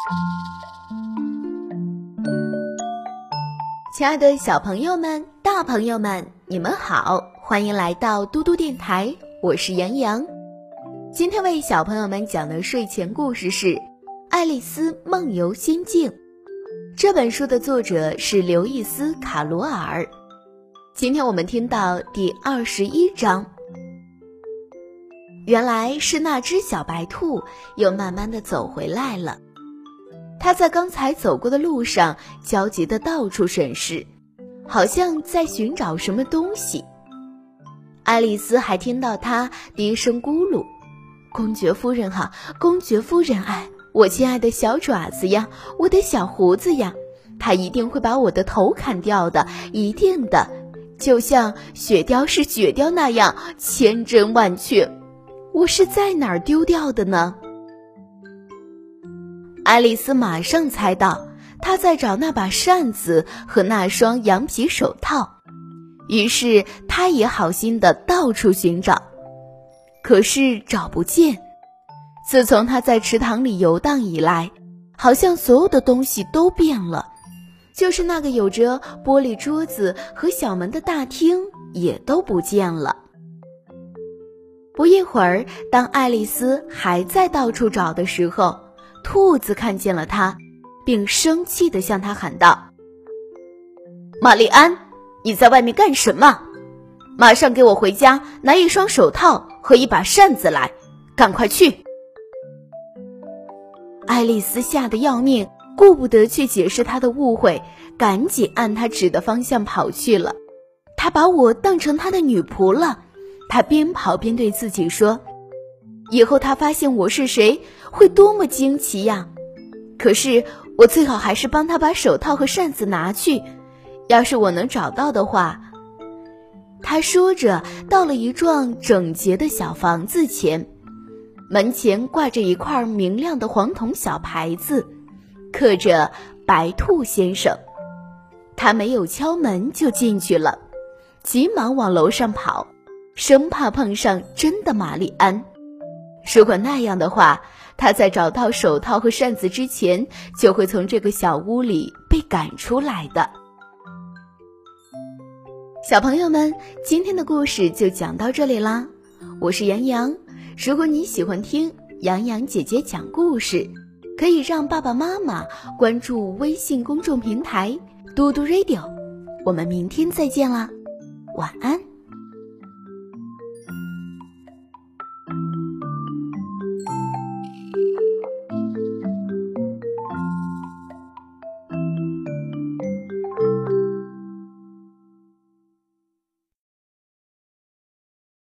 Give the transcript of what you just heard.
亲爱的小朋友们、大朋友们，你们好，欢迎来到嘟嘟电台，我是杨洋。今天为小朋友们讲的睡前故事是《爱丽丝梦游仙境》。这本书的作者是刘易斯·卡罗尔。今天我们听到第21章。原来是那只小白兔又慢慢地走回来了。它在刚才走过的路上焦急地到处审视，好像在寻找什么东西。爱丽丝还听到它低声咕噜：公爵夫人哈，公爵夫人，哎，我亲爱的小爪子呀，我的小胡子呀，他一定会把我的头砍掉的，一定的，就像雪貂是雪貂那样千真万确。我是在哪儿丢掉的呢？爱丽丝马上猜到，她在找那把扇子和那双羊皮手套，于是她也好心地到处寻找，可是找不见。自从她在池塘里游荡以来，好像所有的东西都变了，就是那个有着玻璃桌子和小门的大厅也都不见了。不一会儿，当爱丽丝还在到处找的时候，兔子看见了她，并生气地向她喊道：玛丽安，你在外面干什么？马上给我回家拿一双手套和一把扇子来，赶快去！爱丽丝吓得要命，顾不得去解释她的误会，赶紧按她指的方向跑去了。她把我当成她的女仆了，她边跑边对自己说，以后她发现我是谁，会多么惊奇呀！可是我最好还是帮她把手套和扇子拿去，要是我能找到的话。她说着，到了一幢整洁的小房子前，门前挂着一块明亮的黄铜小牌子，刻着白兔先生。她没有敲门就进去了，急忙往楼上跑，生怕碰上真的玛丽安。如果那样的话，她在找到手套和扇子之前，就会从这个小屋里被赶出来的。小朋友们，今天的故事就讲到这里啦。我是杨洋，如果你喜欢听杨洋姐姐讲故事，可以让爸爸妈妈关注微信公众平台嘟嘟 radio。我们明天再见啦，晚安。